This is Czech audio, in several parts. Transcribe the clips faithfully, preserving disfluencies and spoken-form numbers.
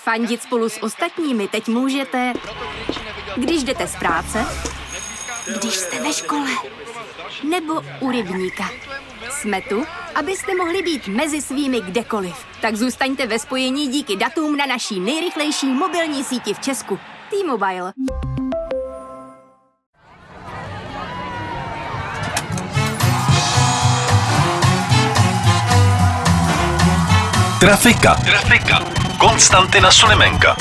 Fandit spolu s ostatními teď můžete, když jdete z práce, když jste ve škole, nebo u rybníka. Jsme tu, abyste mohli být mezi svými kdekoliv. Tak zůstaňte ve spojení díky datům na naší nejrychlejší mobilní síti v Česku. T-Mobile. Trafika. Trafika. Konstantina Sulimenka.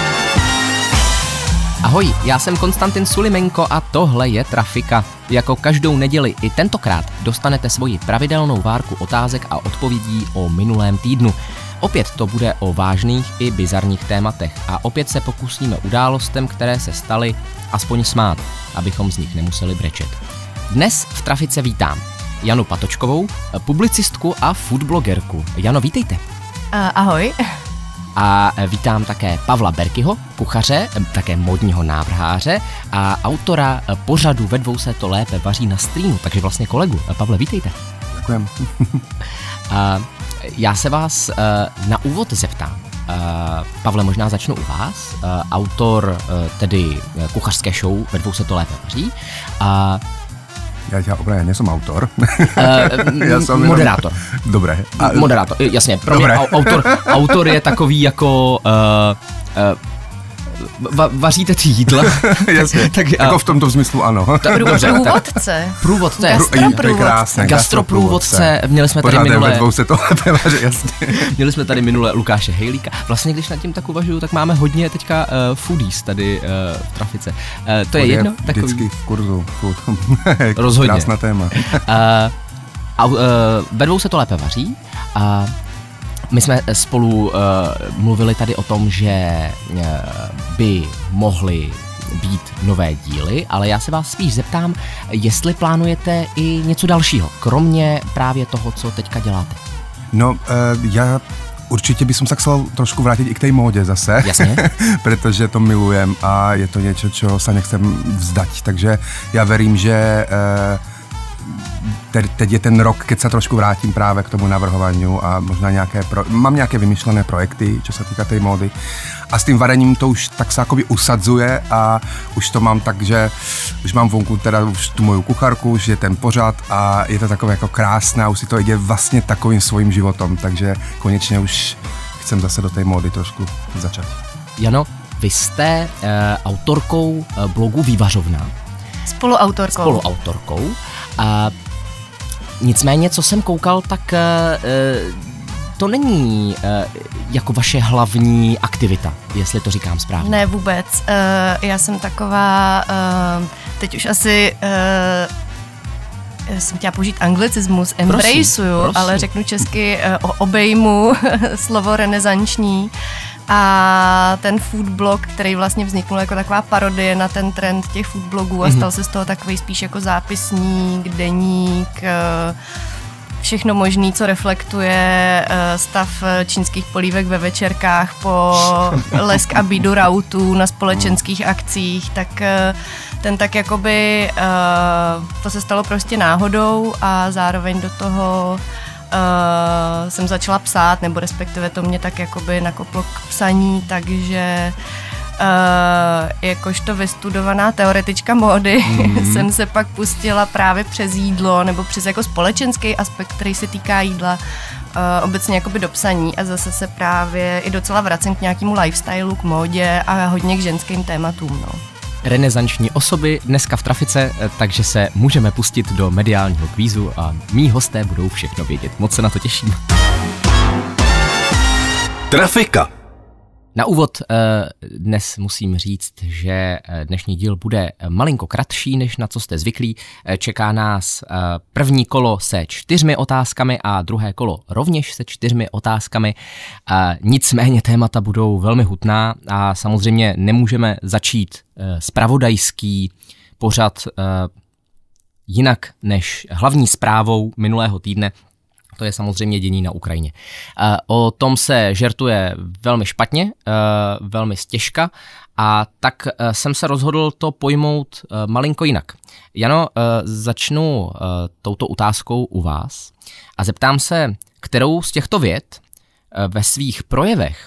Ahoj, já jsem Konstantin Sulimenko a tohle je Trafika. Jako každou neděli i tentokrát dostanete svoji pravidelnou várku otázek a odpovědí o minulém týdnu. Opět to bude o vážných i bizarních tématech a opět se pokusíme událostem, které se staly, aspoň smát, abychom z nich nemuseli brečet. Dnes v Trafice vítám Janu Patočkovou, publicistku a foodblogerku. Jano, vítejte. Uh, ahoj. A vítám také Pavla Berkyho, kuchaře, také módního návrháře a autora pořadu Ve dvou se to lépe vaří na streamu, takže vlastně kolegu. Pavle, vítejte. Děkujem. A já se vás na úvod zeptám. Pavle, možná začnu u vás. Autor tedy kuchařské show Ve dvou se to lépe vaří. A Já ťa opravdu nejsem autor. Uh, Já jsem moderátor. Jenom... Dobré. A... Moderátor, jasně. Pro mě autor, autor je takový jako... Uh, uh, Va- vaříte ty jídla. Jasně, tak, jako v tomto smyslu ano. Ta, průvodce. Průvodce. Gastroprůvodce. Gastroprůvodce. Měli jsme tady Pořád minule... Ve dvou se to lépe vaří, jasně. Měli jsme tady minule Lukáše Hejlíka. Vlastně, když nad tím tak uvažuju, tak máme hodně teďka uh, foodies tady uh, v Trafice. Uh, to je, je jedno. Vždycky takový... v kurzu food. Rozhodně. Krásná téma. uh, a uh, Ve dvou se to lépe vaří. A uh, my jsme spolu uh, mluvili tady o tom, že uh, by mohly být nové díly, ale já se vás spíš zeptám, jestli plánujete i něco dalšího, kromě právě toho, co teďka děláte. No, uh, já určitě bych sa chcel trošku vrátiť i k tej móde zase. Jasne. Pretože to milujem a je to niečo, čo sa nechcem vzdať. Takže ja verím, že uh, teď je ten rok, keď sa trošku vrátim práve k tomu navrhovaniu a možná nejaké, pro, mám nejaké vymyšlené projekty, čo sa týka tej módy. A s tým varením to už tak sa akoby usadzuje a už to mám tak, že už mám vonku teda už tu moju kucharku, už je ten pořad a je to takové jako krásné a už si to ide vlastne takovým svojím životom, takže konečne už chcem zase do tej módy trošku začať. Jano, vy jste uh, autorkou uh, blogu Vývařovna. Spoluautorkou. Spoluautorkou. A nicméně, co jsem koukal, tak uh, to není uh, jako vaše hlavní aktivita, jestli to říkám správně. Ne, vůbec. Uh, já jsem taková, uh, teď už asi, uh, jsem chtěla použít anglicismus, embraceuju, ale řeknu česky, uh, obejmu slovo renesanční. A ten foodblog, který vlastně vzniknul jako taková parodie na ten trend těch foodblogů a stal se z toho takový spíš jako zápisník, deník, všechno možný, co reflektuje stav čínských polívek ve večerkách po lesk a bídu rautů na společenských akcích, tak ten tak jakoby, to se stalo prostě náhodou a zároveň do toho Uh, jsem začala psát, nebo respektive to mě tak jakoby nakoplo k psaní, takže uh, jakožto vystudovaná teoretička módy mm. jsem se pak pustila právě přes jídlo, nebo přes jako společenský aspekt, který se týká jídla, uh, obecně jakoby do psaní a zase se právě i docela vracím k nějakému lifestylu, k módě a hodně k ženským tématům, no. Renesanční osoby dneska v Trafice, takže se můžeme pustit do mediálního kvízu a mí hosté budou všechno vědět. Moc se na to těším. Trafika. Na úvod dnes musím říct, že dnešní díl bude malinko kratší, než na co jste zvyklí. Čeká nás první kolo se čtyřmi otázkami a druhé kolo rovněž se čtyřmi otázkami. Nicméně témata budou velmi hutná a samozřejmě nemůžeme začít zpravodajský pořad jinak než hlavní zprávou minulého týdne. To je samozřejmě dění na Ukrajině. O tom se žertuje velmi špatně, velmi stěžka a tak jsem se rozhodl to pojmout malinko jinak. Jano, začnu touto otázkou u vás a zeptám se, kterou z těchto vět ve svých projevech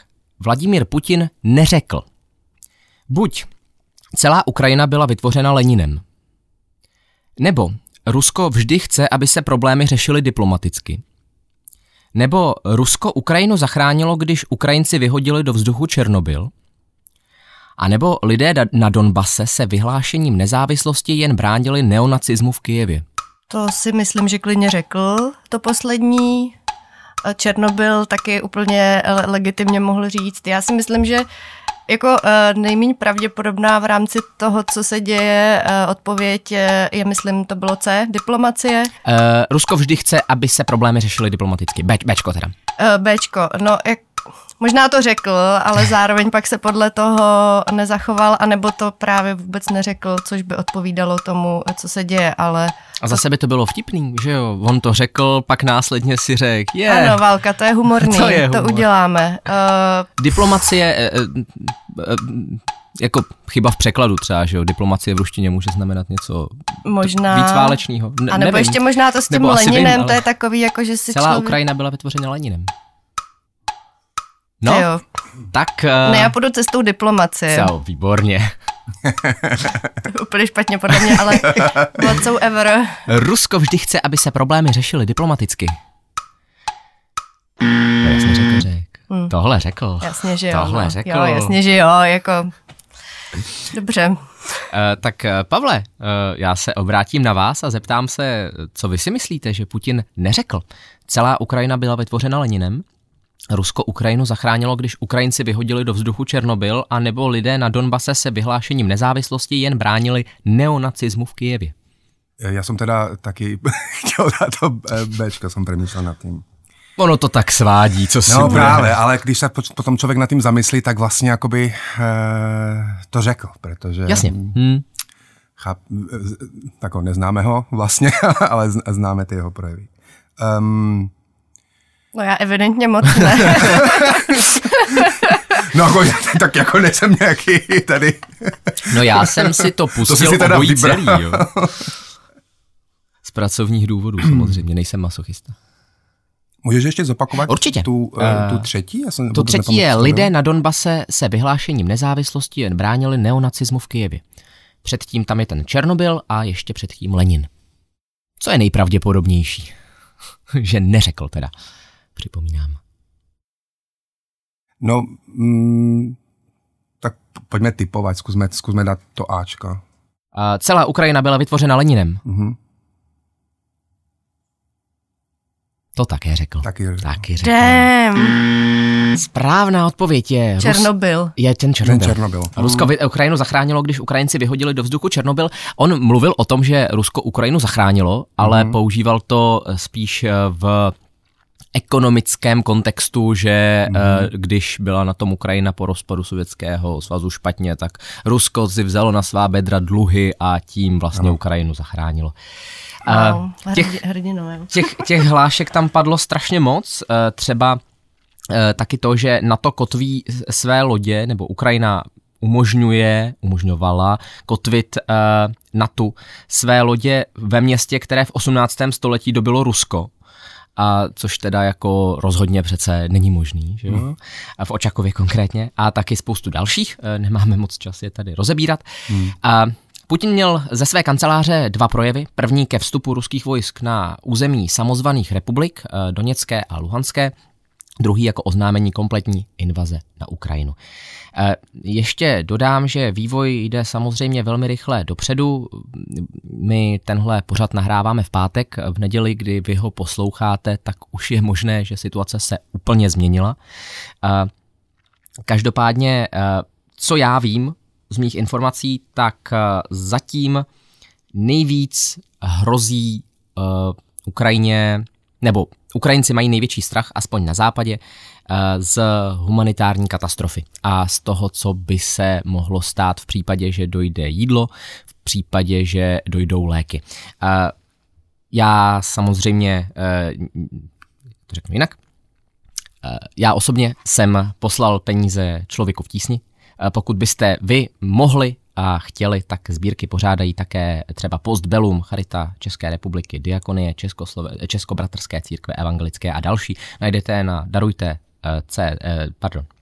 Vladimír Putin neřekl. Buď celá Ukrajina byla vytvořena Leninem, nebo Rusko vždy chce, aby se problémy řešily diplomaticky, nebo Rusko Ukrajinu zachránilo, když Ukrajinci vyhodili do vzduchu Černobyl, a nebo lidé na Donbase se vyhlášením nezávislosti jen bránili neonacismu v Kyjevě. To si myslím, že klidně řekl to poslední. Černobyl taky úplně legitimně mohl říct. Já si myslím, že jako nejméně pravděpodobná v rámci toho, co se děje, odpověď je, myslím, to bylo C, diplomacie. Uh, Rusko vždy chce, aby se problémy řešily diplomaticky. B, Bčko teda. Uh, Bčko, no jak možná to řekl, ale zároveň pak se podle toho nezachoval, anebo to právě vůbec neřekl, což by odpovídalo tomu, co se děje, ale... A zase by to bylo vtipný, že jo? On to řekl, pak následně si řekl, je. Ano, Válka, to je humorný, to, je humor. To uděláme. Uh... Diplomacie, uh, uh, uh, jako chyba v překladu třeba, že jo? Diplomacie v ruštině může znamenat něco možná... víc válečného. Ne, a nebo nevím. Ještě možná to s tím Leninem, vím, to je takový, jako že si celá člověk... Ukrajina byla vytvořena Leninem. No, jo. tak... Uh, ne, já půjdu cestou diplomacie. Co, výborně. Úplně špatně podle mě, ale whatsoever. Rusko vždy chce, aby se problémy řešily diplomaticky. No, jasně řekl, řek. Hmm. Tohle řekl. Jasně, že jo. Tohle no. řekl. Jo, jasně, že jo, jako... Dobře. Uh, tak Pavle, uh, já se obrátím na vás a zeptám se, co vy si myslíte, že Putin neřekl. Celá Ukrajina byla vytvořena Leninem, Rusko Ukrajinu zachránilo, když Ukrajinci vyhodili do vzduchu Černobyl, a nebo lidé na Donbase se vyhlášením nezávislosti jen bránili neonacismu v Kyjevě. Já jsem teda taky chtěl dát to Bčko, jsem přemýšlel nad tím. Ono to tak svádí, co si No bude. právě, ale když se potom člověk nad tím zamyslí, tak vlastně jakoby e, to řekl, protože... Jasně. Hmm. Cháp, tak neznáme ho vlastně, ale známe ty jeho projevy. Um, No já evidentně moc ne. No jako, tak jako nejsem nějaký tady. No já jsem si to pustil to si teda obojí celý, jo. Z pracovních důvodů samozřejmě, nejsem masochista. Můžeš ještě zopakovat Určitě. Tu, uh, tu třetí? Já jsem, tu třetí je, lidé na Donbase se vyhlášením nezávislosti jen bránili neonacismu v Kyjevě. Předtím tam je ten Černobyl a ještě předtím Lenin. Co je nejpravděpodobnější? Že neřekl teda. Připomínám. No, mm, tak pojďme tipovat, zkusme, zkusme dát to Ačko. Uh, celá Ukrajina byla vytvořena Leninem. Mm-hmm. To také řekl. Taky řekl. Taky řekl. Damn. Správná odpověď je... Černobyl. Rus... Je ten Černobyl. Ten Černobyl. Rusko vy... Ukrajinu zachránilo, když Ukrajinci vyhodili do vzduchu Černobyl. On mluvil o tom, že Rusko Ukrajinu zachránilo, ale mm-hmm. používal to spíš v ekonomickém kontextu, že mm-hmm. když byla na tom Ukrajina po rozpadu Sovětského svazu špatně, tak Rusko si vzalo na svá bedra dluhy a tím vlastně no. Ukrajinu zachránilo. Wow, těch, těch, těch hlášek tam padlo strašně moc, třeba taky to, že NATO kotví své lodě, nebo Ukrajina umožňuje, umožňovala kotvit NATO své lodě ve městě, které v osmnáctém století dobylo Rusko. A což teda jako rozhodně přece není možný, že jo? Mm. A v Očakově konkrétně. A taky spoustu dalších, nemáme moc čas je tady rozebírat. Mm. A Putin měl ze své kanceláře dva projevy. První ke vstupu ruských vojsk na území samozvaných republik, Doněcké a Luhanské. Druhý jako oznámení kompletní invaze na Ukrajinu. Ještě dodám, že vývoj jde samozřejmě velmi rychle dopředu. My tenhle pořad nahráváme v pátek, v neděli, kdy vy ho posloucháte, tak už je možné, že situace se úplně změnila. Každopádně, co já vím z mých informací, tak zatím nejvíc hrozí Ukrajině, nebo Ukrajinci mají největší strach, aspoň na západě, z humanitární katastrofy a z toho, co by se mohlo stát v případě, že dojde jídlo, v případě, že dojdou léky. Já samozřejmě, to řeknu jinak, já osobně jsem poslal peníze Člověku v tísni. Pokud byste vy mohli a chtěli, tak sbírky pořádají také třeba Postbellum, Charita České republiky, Diakonie, Českoslove- Českobratrské církve evangelické a další. Najdete na darujte, c, pardon,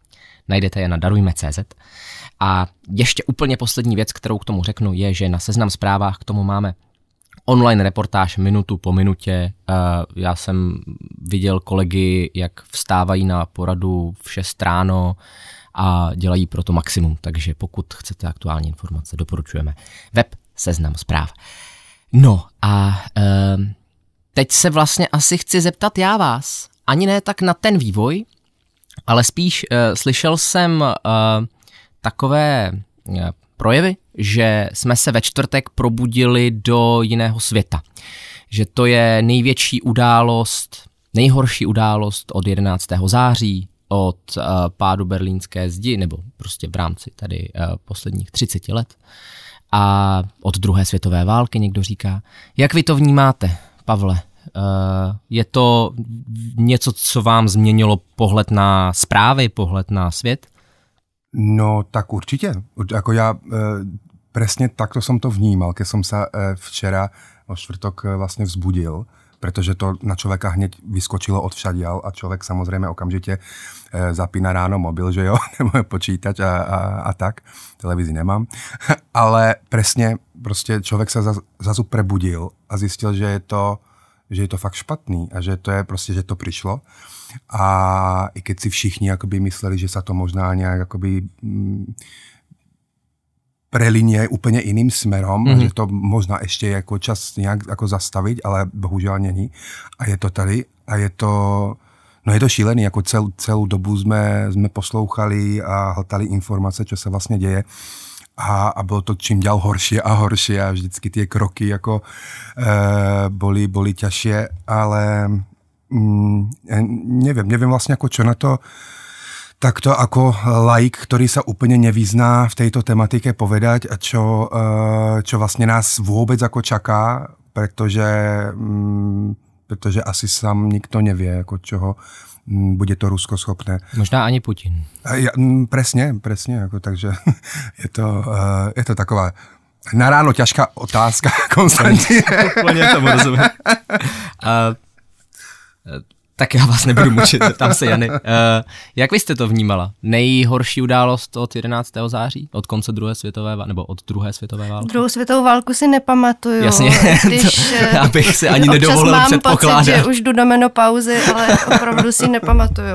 najdete je na darujme tečka cé zet. A ještě úplně poslední věc, kterou k tomu řeknu, je, že na Seznam Zprávách k tomu máme online reportáž minutu po minutě. Já jsem viděl kolegy, jak vstávají na poradu v šest ráno a dělají pro to maximum, takže pokud chcete aktuální informace, doporučujeme web Seznam Zpráv. No a e, teď se vlastně asi chci zeptat já vás, ani ne tak na ten vývoj, ale spíš e, slyšel jsem e, takové e, projevy, že jsme se ve čtvrtek probudili do jiného světa. Že to je největší událost, nejhorší událost od jedenáctého září, od uh, pádu berlínské zdi, nebo prostě v rámci tady uh, posledních třicet let. A od druhé světové války někdo říká. Jak vy to vnímáte, Pavle? Uh, je to něco, co vám změnilo pohled na zprávy, pohled na svět? No tak určitě. Jako já e, presne takto som to vnímal, keď som sa e, včera o štvrtok e, vlastne vzbudil, pretože to na človeka hneď vyskočilo odvšadiaľ a človek samozrejme okamžite e, zapína ráno mobil, že jo, nebo počítač a, a, a tak. Televízi nemám. Ale presne proste človek sa zrazu prebudil a zistil, že je to že je to fakt špatný a že to je prostě, že to přišlo. A i keď si všichni akoby mysleli, že sa to možná nejak akoby mm, prelinie úplně jiným smerom, mm-hmm. že to možná ještě je jako čas nějak jako zastavit, ale bohužel není. A je to tady a je to, no je to šílený, jako cel, celou dobu jsme, jsme poslouchali a hltali informace, čo se vlastně děje. A, a bylo to čím dál horší a horší a vždycky ty kroky jako e, boli, boli ťažšie, ale mm, nevím, nevím vlastně jako čo na to takto ako laik, ktorý sa úplne nevyzná v tejto tematike povedať a čo, e, čo vlastně nás vůbec jako čaká, protože, mm, protože asi sám nikto nevie, jako čoho bude to Rusko schopné. Možná ani Putin. Ja, presne, presne, ako, takže je to, uh, je to taková na ráno ťažká otázka, Konstantin. Úplně tomu rozumím. Uh, tak já vás nebudu mučit, tam se Jany. Uh, jak vy jste to vnímala? Nejhorší událost od jedenáctého září? Od konce druhé světové války? Nebo od druhé světové války? Druhou světovou válku si nepamatuju. Jasně, když, to, abych si ani nedovolil předpokládat. Občas mám pocit, že už jdu do menopauzy, ale opravdu si nepamatuju.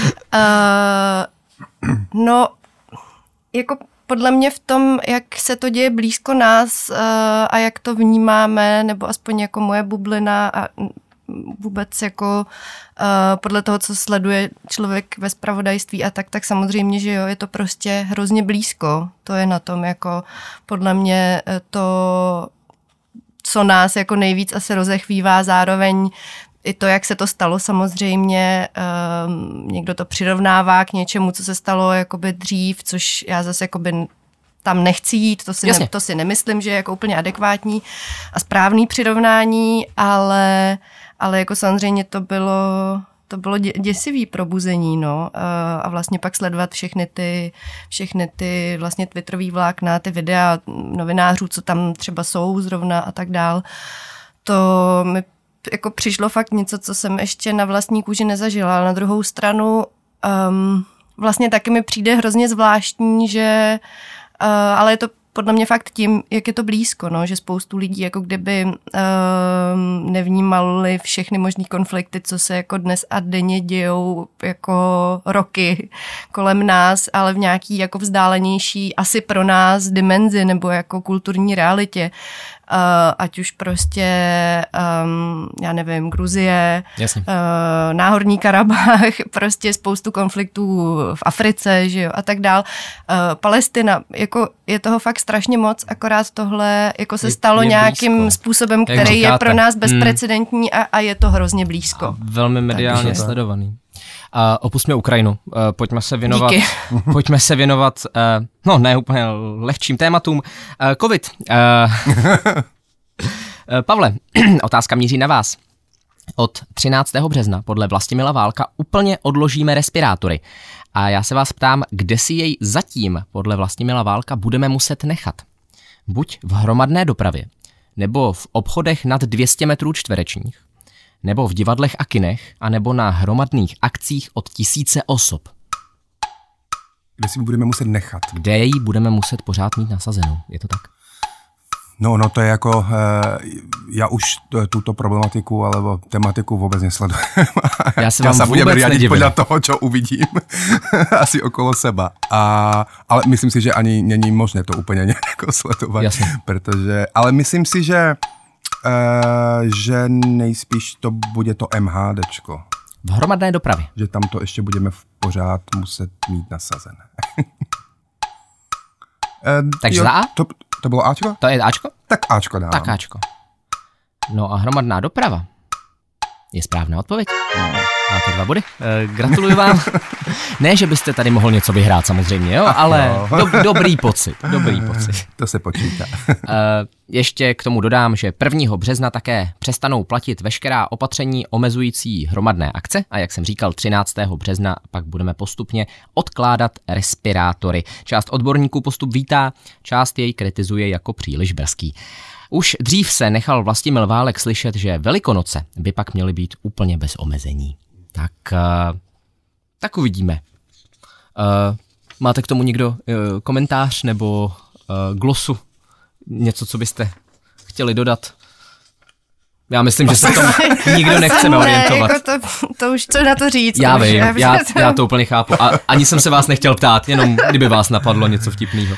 Uh, no, jako podle mě v tom, jak se to děje blízko nás uh, a jak to vnímáme, nebo aspoň jako moje bublina a vůbec jako uh, podle toho, co sleduje člověk ve zpravodajství a tak, tak samozřejmě, že jo, je to prostě hrozně blízko. To je na tom jako podle mě to, co nás jako nejvíc asi rozechvívá, zároveň i to, jak se to stalo samozřejmě, um, někdo to přirovnává k něčemu, co se stalo jakoby dřív, což já zase jakoby tam nechci jít, to si, ne, to si nemyslím, že je jako úplně adekvátní a správný přirovnání, ale ale jako samozřejmě to bylo, to bylo dě, děsivý probuzení, no, a vlastně pak sledovat všechny ty, všechny ty vlastně twitterový vlákna, ty videa novinářů, co tam třeba jsou zrovna a tak dál. To mi jako přišlo fakt něco, co jsem ještě na vlastní kůži nezažila, ale na druhou stranu um, vlastně taky mi přijde hrozně zvláštní, že, uh, ale je to podle mě fakt tím, jak je to blízko, no, že spoustu lidí jako kdyby um, nevnímali všechny možný konflikty, co se jako dnes a denně dějou jako roky kolem nás, ale v nějaký jako vzdálenější asi pro nás dimenzi nebo jako kulturní realitě. Uh, ať už prostě, um, já nevím, Gruzie, uh, Náhorní Karabach, prostě spoustu konfliktů v Africe, že jo, a tak dál. Uh, Palestina, jako je toho fakt strašně moc, akorát tohle jako se je, stalo je nějakým blízko. Způsobem, který je pro nás bezprecedentní hmm. a, a je to hrozně blízko. A velmi mediálně Takže. sledovaný. Uh, opustme Ukrajinu. Uh, pojďme se věnovat, pojďme se věnovat, uh, no ne úplně lehčím tématům. Uh, COVID. Uh, uh, Pavle, otázka míří na vás. Od třináctého března podle Vlastimila Válka úplně odložíme respirátory. A já se vás ptám, kde si jej zatím podle Vlastimila Válka budeme muset nechat? Buď v hromadné dopravě, nebo v obchodech nad dvě stě metrů čtverečních, nebo v divadlech a kinech, anebo na hromadných akcích od tisíce osob. kde si budeme muset nechat. Kde ji budeme muset pořád mít nasazenou, je to tak? No, no to je jako, já už tuto problematiku alebo tematiku vůbec nesleduji. Já se vám já vůbec budem nedivím. podle toho, co uvidím asi okolo seba. A, ale myslím si, že ani není možné to úplně nějak sledovat. Jasně. Protože, ale myslím si, že, uh, že nejspíš to bude to MHDčko. V hromadné dopravě. Že tam to ještě budeme v pořád muset mít nasazené. Takže jo, za A? To, to bylo Ačko? To je Ačko? Tak Ačko dávám. Tak Ačko. No a hromadná doprava je správná odpověď. Máte dva body. E, gratuluju vám. Ne, že byste tady mohl něco vyhrát samozřejmě, jo, ale do, dobrý pocit. Dobrý pocit. To se počítá. E, ještě k tomu dodám, že prvního března také přestanou platit veškerá opatření omezující hromadné akce a jak jsem říkal, třináctého března pak budeme postupně odkládat respirátory. Část odborníků postup vítá, část jej kritizuje jako příliš brzký. Už dřív se nechal Vlastimil Válek slyšet, že Velikonoce by pak měly být úplně bez omezení. Tak, uh, tak uvidíme. Uh, máte k tomu někdo uh, komentář nebo uh, glosu? Něco, co byste chtěli dodat? Já myslím, že se v tom nikdo nechceme ne, orientovat. Jako to, to už co na to říct. Já už, vím, já, já, já to úplně chápu. A ani jsem se vás nechtěl ptát, jenom kdyby vás napadlo něco vtipného.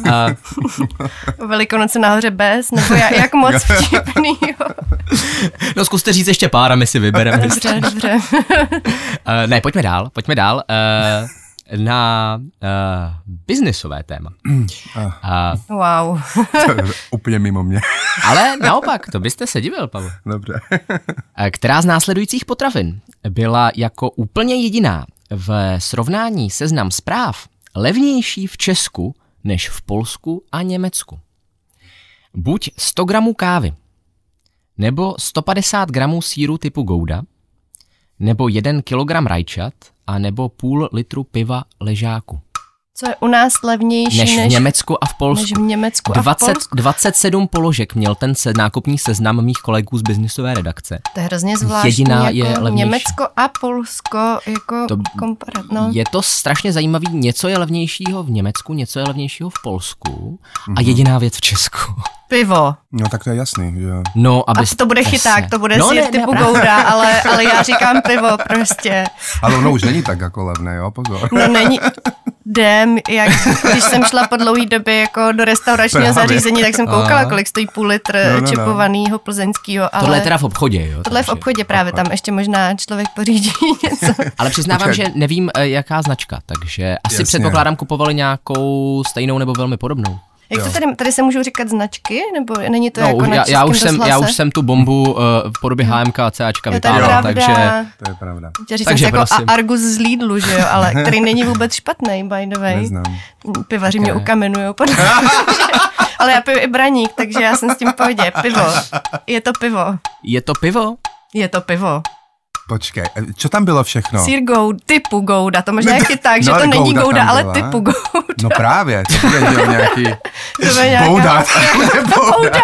Uh, Velikonoce nahoře bez, nebo jak, jak moc vtipnýho. No zkuste říct ještě pár a my si vybereme. Dobře, dobře. Uh, ne, pojďme dál, pojďme dál. Uh, na uh, biznisové téma. Uh, wow. Úplně mimo mě. Ale naopak, to byste se divil, Pavel. Dobře. Která z následujících potravin byla jako úplně jediná v srovnání Seznam Zpráv levnější v Česku než v Polsku a Německu? Buď sto gramů kávy, nebo sto padesát gramů sýru typu Gouda, nebo jeden kilogram rajčat, a nebo půl litru piva Ležáku. Co je u nás levnější než, než v Německu a v Polsku. Než v Německu dvacet, a v Polsku. dvacet sedm položek měl ten se, nákupní seznam mých kolegů z biznisové redakce. To je hrozně zvláštní. Jediná jako je levnější. Německo a Polsko jako To komparat. No. Je to strašně zajímavý, něco je levnějšího v Německu, něco je levnějšího v Polsku a jediná věc v Česku. Pivo. No tak to je jasný, že jo. No, aby A to bude chyták, to bude no, sír ne, typu ne, Gouda, ale, ale já říkám pivo prostě. Ale ono už není tak jako levné, jo, pozor. No není, jdem, jak když jsem šla po dlouhý době jako do restauračního Právě. zařízení, tak jsem koukala, Aha. kolik stojí půl litr No, no, no. čepovanýho plzeňskýho, ale Tohle je teda v obchodě, jo? tohle je v takže- obchodě právě, tam ještě možná člověk pořídí něco. Ale přiznávám, Počkej. že nevím, eh, jaká značka, takže asi Jasně. předpokládám, kupovali nějakou stejnou nebo velmi podobnou. Jak to tady, tady se můžou říkat značky, nebo není to No, jako už, na já, já, už českém jsem, já rozhlase? už jsem tu bombu uh, v podobě H M K a CAčka Jo, to je vypálil, pravda. takže... To je pravda. Chtěla říct, Takže jsem jako prosím. a- Argus z Lidlu, že jo, ale který není vůbec špatný, by the way. Neznám. Pivaři mě ne. ukamenujou. Ale já piju i braník, takže já jsem s tím v pohodě. Pivo. Je to pivo. Je to pivo? Je to pivo. Počkej, co tam bylo všechno? Sír Gouda, typu Gouda, to možná je chyták, že No, to není Gouda Gouda, tam ale byla. typu Gouda. No právě, to bude dělal nějaký To bude nějaká- bouda. Bouda.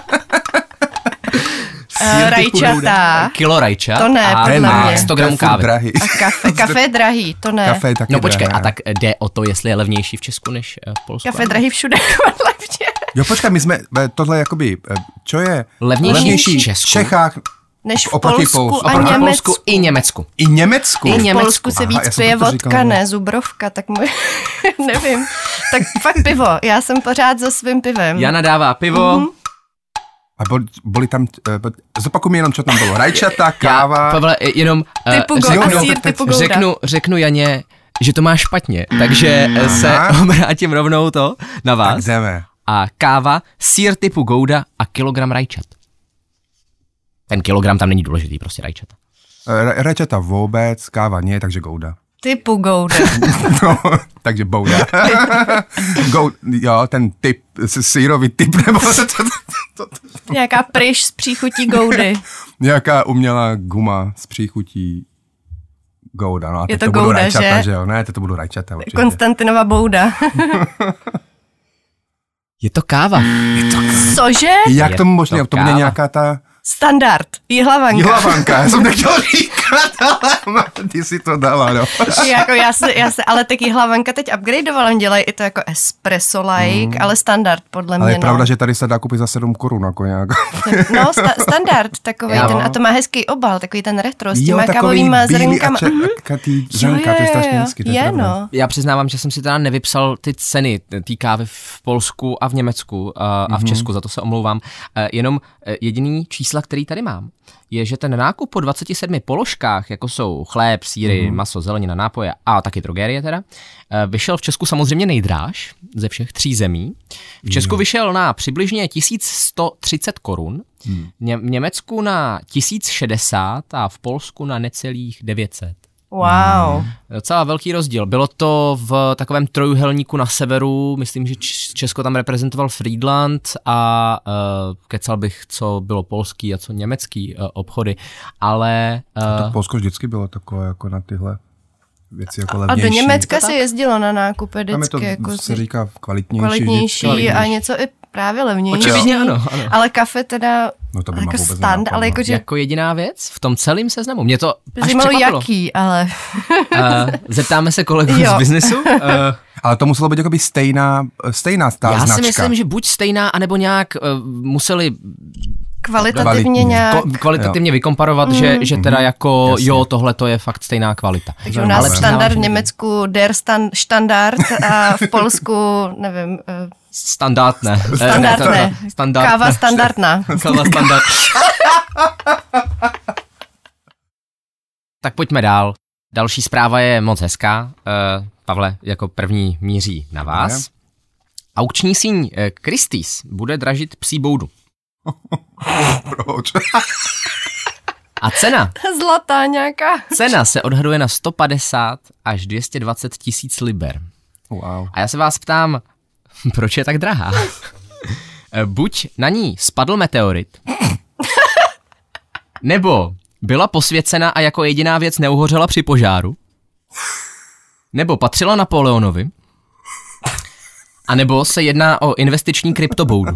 Eh, Rajčata. Kilo rajčat To ne, a podle a mě. sto To je gramů furt kávy. drahý. A kafe, kafe je drahý, to ne. Kafe je taky No počkej, drahé. a tak jde o to, jestli je levnější v Česku než eh, v Polsku. Kafe je drahý všude, podle mě. Jo, počkej, my jsme, eh, tohle jakoby, eh, čo je? Levnější v Česku. v Čechách Než v Oproti Polsku Polsku. a Oproti Německu. Polsku i Německu. i Německu. I V Německu. Polsku se Aha, víc já jsem pije proto vodka, říkal, ne Zubrovka, tak můj, nevím. Tak fakt pivo, já jsem pořád za svým pivem. Jana dává pivo. Mhm. A boli, boli tam, uh, zopakuj mi jenom, čo tam bylo. Rajčata, káva. Já, Pavle, jenom uh, Typu Gouda, řeknu- sír tak- typu tak- Gouda. řeknu, řeknu Janě, že to má špatně, takže eh, se Aha. obrátím rovnou to na Tak vás. jdeme. A káva, sír typu Gouda a kilogram rajčat. Ten kilogram tam není důležitý, prostě rajčata. Eh, Rajčata vůbec, káva nie, takže Gouda. Typu Gouda. No, takže Bouda. Goud, jo, ten typ, s- sírový typ, nebo to, to, to, to, Nějaká pryš z příchutí Goudy. nějaká umělá guma s příchutí Gouda. No a Je teď to to budou Gouda, rajčata, že? že jo? Ne, teď to budou rajčata určitě. Konstantinova Bouda. Je to káva. Cože? Jak Je to možné? to To bude káva. nějaká ta Standard. Jihlavanka. jihlavanka, já jsem nechtěl říkat. Ty si to dala, no. jako já se, já se, ale taky hlavenka teď upgradeovala, dělají i to jako espresso-like, mm. ale standard podle mě. Ale je no. pravda, že tady se dá koupit za sedm korun jako nějak. No, sta- standard, takový Já, ten, no. a to má hezký obal, takový ten retro s Jo, těma takový kávovýma bílý zrnkama. a čerkatý zrnka, to je strašně hezky. Je, no. Já přiznávám, že jsem si teda nevypsal ty ceny té kávy v Polsku a v Německu a, a v Česku, za to se omlouvám. Jenom jediný čísla, který tady mám, je, že ten nákup po dvaceti sedmi položkách, jako jsou chléb, sýry, mm. maso, zelenina, nápoje a taky drogerie teda, vyšel v Česku samozřejmě nejdráž ze všech tří zemí. V Česku vyšel na přibližně tisíc sto třicet korun, mm. v Německu na tisíc šedesát a v Polsku na necelých devět set. Wow. Docela velký rozdíl. Bylo to v takovém trojuhelníku na severu, myslím, že Česko tam reprezentoval Friedland a uh, kecal bych, co bylo polský a co německý uh, obchody, ale... Uh, to Polsko vždycky bylo takové jako na tyhle věci jako a levnější. do Německa se jezdilo na nákupy vždycky. Tam je to, jako se říká kvalitnější. kvalitnější vždycky. a něco i právě levnější. Očividně ano, ano. Ale kafe teda No to by jako vůbec stand, nenapadlo. ale jakože Jako jediná věc v tom celém seznamu. Mě to až zajímalo překvapilo. jaký, ale... Uh, zeptáme se kolegů Jo. z biznesu. Uh, Ale to muselo být jakoby stejná, stejná ta já značka. si myslím, že buď stejná, anebo nějak uh, museli Kvalitativně Kvalitní. nějak... ko- kvalitativně vykomparovat, Mm. že, že teda jako Jasně. jo, tohle to je fakt stejná kvalita. Takže u nás Ale standard přiznávám, v že Německu der stan, standard a v Polsku, nevím, eh, Standard ne. standard Eh, ne. Standard Káva ne. standardná. Káva standard. Tak pojďme dál. Další zpráva je moc hezká. Uh, Pavle, jako první míří na vás. Ne. Aukční síň uh, Christie's bude dražit psí boudu. Proč? A cena? Zlatá nějaká. Cena se odhaduje na sto padesát až dvě stě dvacet tisíc liber. Wow. A já se vás ptám, proč je tak drahá? Buď na ní spadl meteorit, nebo byla posvěcena a jako jediná věc neuhořela při požáru, nebo patřila Napoleonovi, a nebo se jedná o investiční kryptoboudu.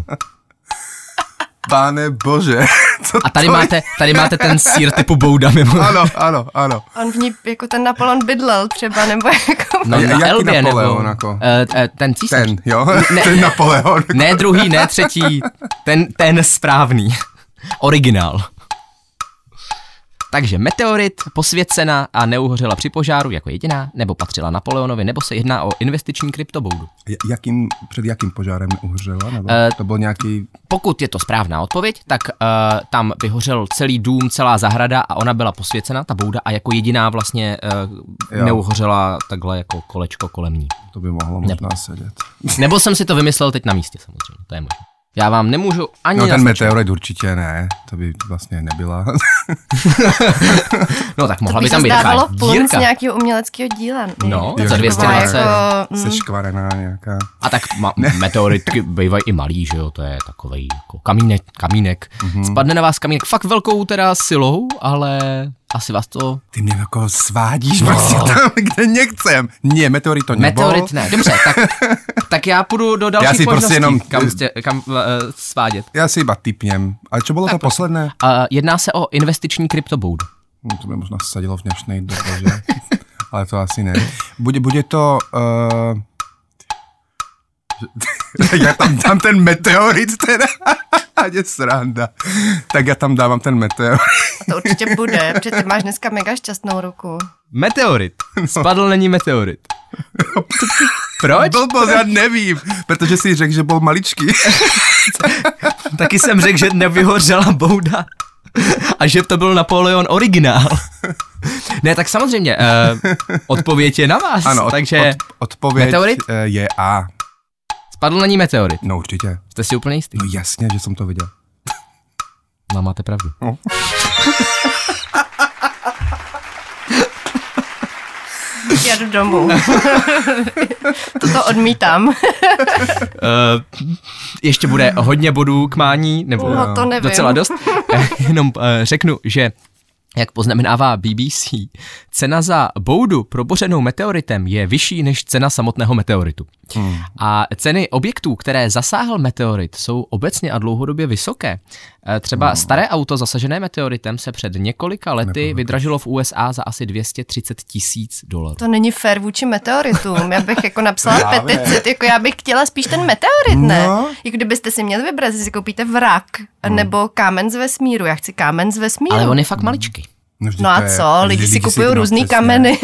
Pane bože. Co A tady to máte, tady máte ten sýr typu bouda mimo. Ano, ano, ano. On v ní jako ten Napoleon bydlel třeba, nebo jako... No, A na jaký Elbě, Napoleon, nebo jako? uh, uh, ten císař. Ten, jo? Ne. Ten Napoleon. Ne druhý, ne třetí, ten, ten správný. Originál. Takže meteorit, posvěcena a neuhořela při požáru jako jediná, nebo patřila Napoleonovi, nebo se jedná o investiční kryptoboudu. J- Jakým, před jakým požárem uhořela? Nebo Eh, to byl nějaký... Pokud je to správná odpověď, tak uh, tam vyhořel celý dům, celá zahrada a ona byla posvěcena, ta bouda, a jako jediná vlastně uh, Jo. neuhořela takhle jako kolečko kolem ní. To by mohlo možná sedět. Nebo jsem si to vymyslel teď na místě samozřejmě, to je možné. Já vám nemůžu ani No ten naznačit. meteorit určitě ne, to by vlastně nebyla. No tak mohla To by by tam se být zdávalo taková punc dírka. nějakého uměleckého díla. No, Je za to dvě stě taková dvacet. Jako, mm, Seškvarená nějaká. A tak ma- meteoritky bývají i malý, že jo, to je takovej jako kamínek, kamínek. Mm-hmm. Spadne na vás kamínek fakt velkou teda silou, ale asi vás to... Ty mě jako svádíš no. prostě tam, kde nechcem. Ne, meteorit to nebyl. Meteorit ne, dobře, tak, tak já půjdu do dalších Já si možností, prostě jenom- kam, stě, kam uh, svádět. Já si iba typněm. Ale čo bylo Tak to pojď. posledné? Uh, jedná se o investiční kryptoboudu. No, to by možná sadilo v dnešnej době, že? Ale to asi ne. Bude, bude to... Uh... já tam dám ten meteorit teda. Ať je sranda. Tak já tam dávám ten meteorit. to určitě bude, protože ty máš dneska mega šťastnou ruku. Meteorit. Spadl na ní meteorit. Proč? Blbost, já nevím, protože jsi řekl, že byl maličký. Taky jsem řekl, že nevyhořela bouda a že to byl Napoleon originál. Ne, tak samozřejmě, uh, odpověď je na vás, Ano, od, takže od, odpověď meteorit? uh, je A. Spadl na ní meteorit. No určitě. Jste si úplně jistý? No jasně, že jsem to viděl. No, máte pravdu. No. Já jdu domů. Toto odmítám. Uh, ještě bude hodně bodů k mání, nebo No, to nevím. docela dost. Jenom uh, řeknu, že Jak poznamenává B B C, cena za boudu probořenou meteoritem je vyšší než cena samotného meteoritu. Hmm. A ceny objektů, které zasáhl meteorit, jsou obecně a dlouhodobě vysoké. Třeba hmm. staré auto zasažené meteoritem se před několika lety Nepovedl. vydražilo v U S A za asi dvě stě třicet tisíc dolarů. To není fér vůči meteoritům. Já bych jako napsala petici, jako já bych chtěla spíš ten meteorit, ne? No. Jako kdybyste si měli vybrat, jestli si koupíte vrak hmm. nebo kámen z vesmíru. Já chci kámen z vesmíru. Ale on je fakt maličký. No, no a co? Lidi, lidi si kupují různý přesně. kameny.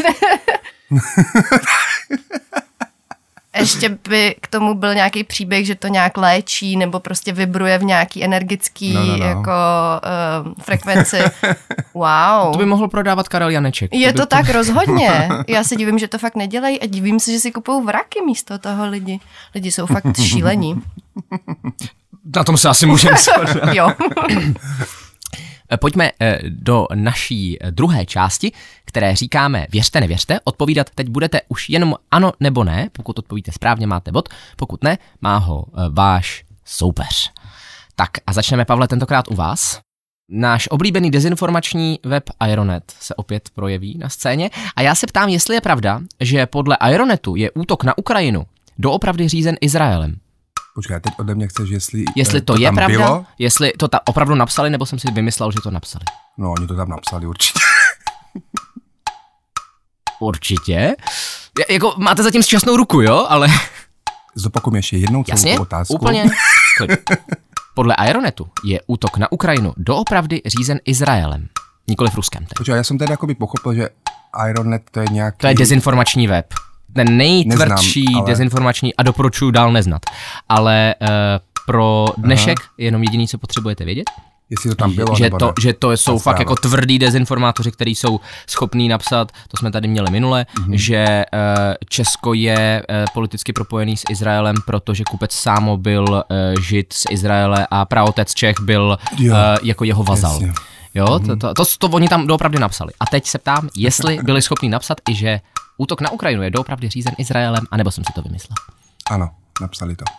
Ještě by k tomu byl nějaký příběh, že to nějak léčí nebo prostě vibruje v nějaký energický no, no, no. jako uh, frekvenci. Wow. To by mohl prodávat Karel Janeček. Je to, to tak rozhodně. Já se divím, že to fakt nedělají a divím se, že si kupují vraky místo toho lidi. Lidi jsou fakt šílení. Na tom se asi můžeme shodnout. Jo. Pojďme do naší druhé části, které říkáme věřte, nevěřte. Odpovídat teď budete už jenom ano nebo ne. Pokud odpovíte správně, máte bod. Pokud ne, má ho váš soupeř. Tak a začneme, Pavle, tentokrát u vás. Náš oblíbený dezinformační web Aeronet se opět projeví na scéně. A já se ptám, jestli je pravda, že podle Aeronetu je útok na Ukrajinu doopravdy řízen Izraelem. Počkej, teď ode mě chceš, jestli, jestli to, to je tam pravda, bylo? Jestli to ta opravdu napsali, nebo jsem si vymyslel, že to napsali. No, oni to tam napsali určitě. Určitě? J- jako máte zatím šťastnou ruku, jo? Ale... Zopakujem ještě jednou celou otázku. Úplně. Podle Aeronetu je útok na Ukrajinu doopravdy řízen Izraelem, nikoliv Ruskem. Tedy. Počkej, já jsem tedy jakoby pochopil, že Aeronet to je nějaký... To je dezinformační web. Ten nejtvrdší Neznám, ale... dezinformační a doporučuji dál neznat. Ale uh, pro dnešek Aha. jenom jediný, co potřebujete vědět, jestli to tam bylo, že, nebo to, ne. že to jsou fakt jako tvrdý dezinformátoři, kteří jsou schopní napsat, to jsme tady měli minule, mm-hmm. že uh, Česko je uh, politicky propojený s Izraelem, protože kupec Sámo byl uh, žid z Izraele a praotec Čech byl uh, jako jeho vazal. Jasně. Jo, mm-hmm. to, to, to, to, to oni tam doopravdy napsali. A teď se ptám, jestli byli schopni napsat i, že útok na Ukrajinu je doopravdy řízen Izraelem, anebo jsem si to vymyslel. Ano, napsali to.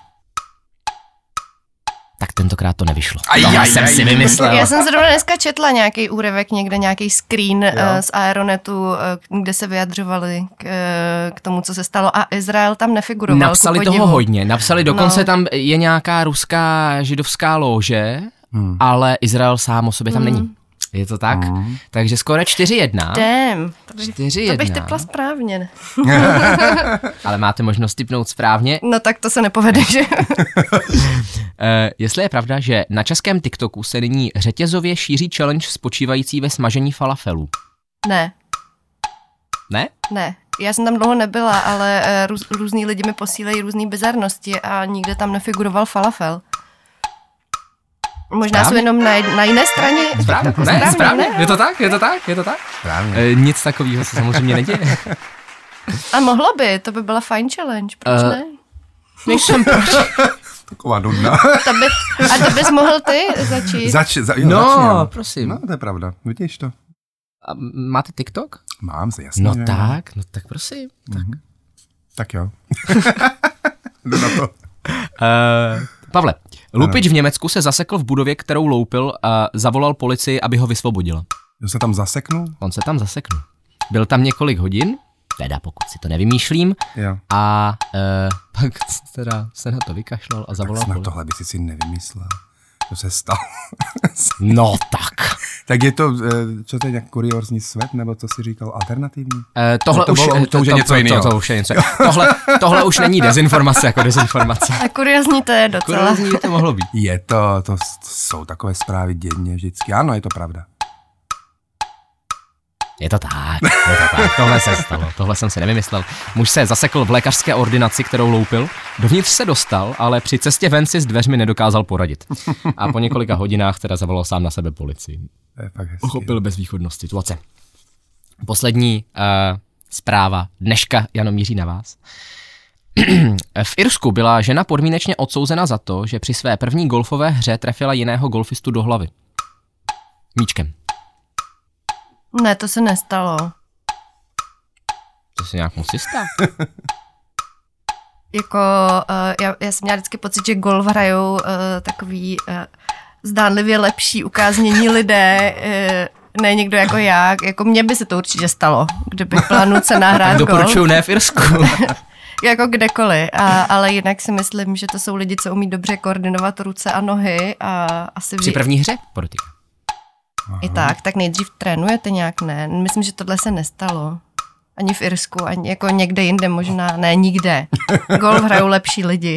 Tak tentokrát to nevyšlo. Aj, jsem aj, si vymyslel. Já jsem zrovna dneska četla nějaký úryvek, někde nějaký screen uh, z Aeronetu, uh, kde se vyjadřovali k, uh, k tomu, co se stalo a Izrael tam nefiguroval. Napsali toho hodně. Napsali dokonce no. tam je nějaká ruská židovská lóže, hmm. ale Izrael sám o sobě tam hmm. není. Je to tak? Mm. Takže skoro čtyři jedna. Damn. To bych, čtyři jedna. To bych typla správně. Ale máte možnost typnout správně. No tak to se nepovede, že? uh, jestli je pravda, že na českém TikToku se nyní řetězově šíří challenge spočívající ve smažení falafelů. Ne. Ne? Ne. Já jsem tam dlouho nebyla, ale uh, růz, různý lidi mi posílají různý bizarnosti a nikde tam nefiguroval falafel. Možná správně? Jsou jenom na, na jiné straně. Správně, ne, správně, správně. Ne? Je to tak, je to tak, je to tak? Správně. E, nic takového se samozřejmě neděje. A mohlo by, to by byla fajn challenge, proč uh, ne? Nejsem proč. Taková nudná. To by, a to bys mohl ty začít. Zač, za, jo, no, začněm. prosím. No, to je pravda, vidíš to. A máte TikTok? Mám se, jasně. No ne? tak, no tak prosím. Tak, mm-hmm. tak jo. Jdu na to. Uh, Pavle, lupič v Německu se zasekl v budově, kterou loupil a zavolal policii, aby ho vysvobodila. On se tam zaseknul? On se tam zaseknul. Byl tam několik hodin, teda pokud si to nevymýšlím, jo. a uh, pak teda se na to vykašlal a zavolal policii. Tak tohle by si si nevymyslel. To se stalo. No tak. Tak je to, co to je nějak kuriózní svět, nebo co jsi říkal, alternativní? Uh, tohle to už, bylo, to už je to, něco to, jiného. To, to už je něco. Tohle, tohle už není dezinformace jako dezinformace. A kuriózní to je docela. Kuriózní by to mohlo být. Je to, to jsou takové zprávy denně vždycky. Ano, je to pravda. Je to tak, je to tak, tohle se stalo, tohle jsem si nevymyslel. Muž se zasekl v lékařské ordinaci, kterou loupil, dovnitř se dostal, ale při cestě ven si s dveřmi nedokázal poradit. A po několika hodinách teda zavolal sám na sebe policii. Uchopil bezvýchodnost situace. Poslední uh, zpráva dneška, Jano, míří na vás. V Irsku byla žena podmínečně odsouzena za to, že při své první golfové hře trefila jiného golfistu do hlavy. Míčkem. Ne, to se nestalo. To se nějak musí stát. Jako, uh, já, já jsem měla vždycky pocit, že golf hrajou uh, takový uh, zdánlivě lepší ukáznění lidé, uh, ne někdo jako já, jako mně by se to určitě stalo, kdybych byla nucená hrát golf. Doporučuju ne v Irsku. Jako kdekoliv, a, ale jinak si myslím, že to jsou lidi, co umí dobře koordinovat ruce a nohy a asi... Při první hře, podotýkám. I tak, tak nejdřív trénujete nějak, ne? Myslím, že tohle se nestalo. Ani v Irsku, ani jako někde jinde možná, ne, nikde. Golf hrajou lepší lidi.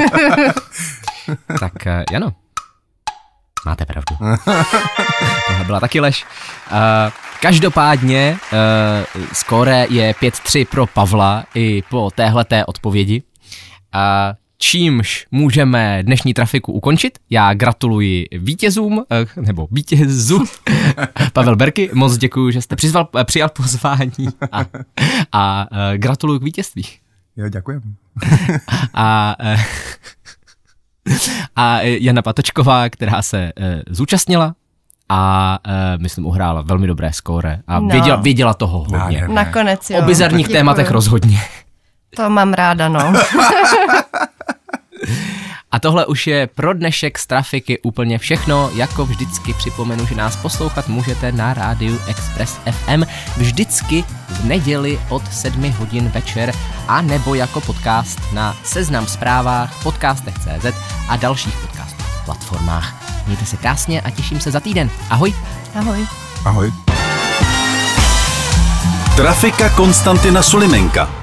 Tak Jano, máte pravdu. Tohle byla taky lež. Uh, každopádně uh, skóre je pět tři pro Pavla i po téhleté odpovědi. Uh, čímž můžeme dnešní trafiku ukončit. Já gratuluji vítězům, uh, nebo vítězu Pavel Berky. Moc děkuji, že jste přizval, přijal pozvání a, a uh, gratuluju k vítězství. Jo, děkujem. a... Uh, A Jana Patočková, která se e, zúčastnila a e, myslím uhrála velmi dobré skóre a no. věděla, věděla toho hodně. Ne, ne. Nakonec jo. O bizarních Děkuju. tématech rozhodně. To mám ráda, no. A tohle už je pro dnešek z Trafiky úplně všechno. Jako vždycky připomenu, že nás poslouchat můžete na rádiu Express F M vždycky v neděli od sedmi hodin večer a nebo jako podcast na Seznam Zprávách, podcastech tečka cé zet a dalších podcastových platformách. Mějte se krásně a těším se za týden. Ahoj. Ahoj. Ahoj. Trafika Konstantina Sulimenka.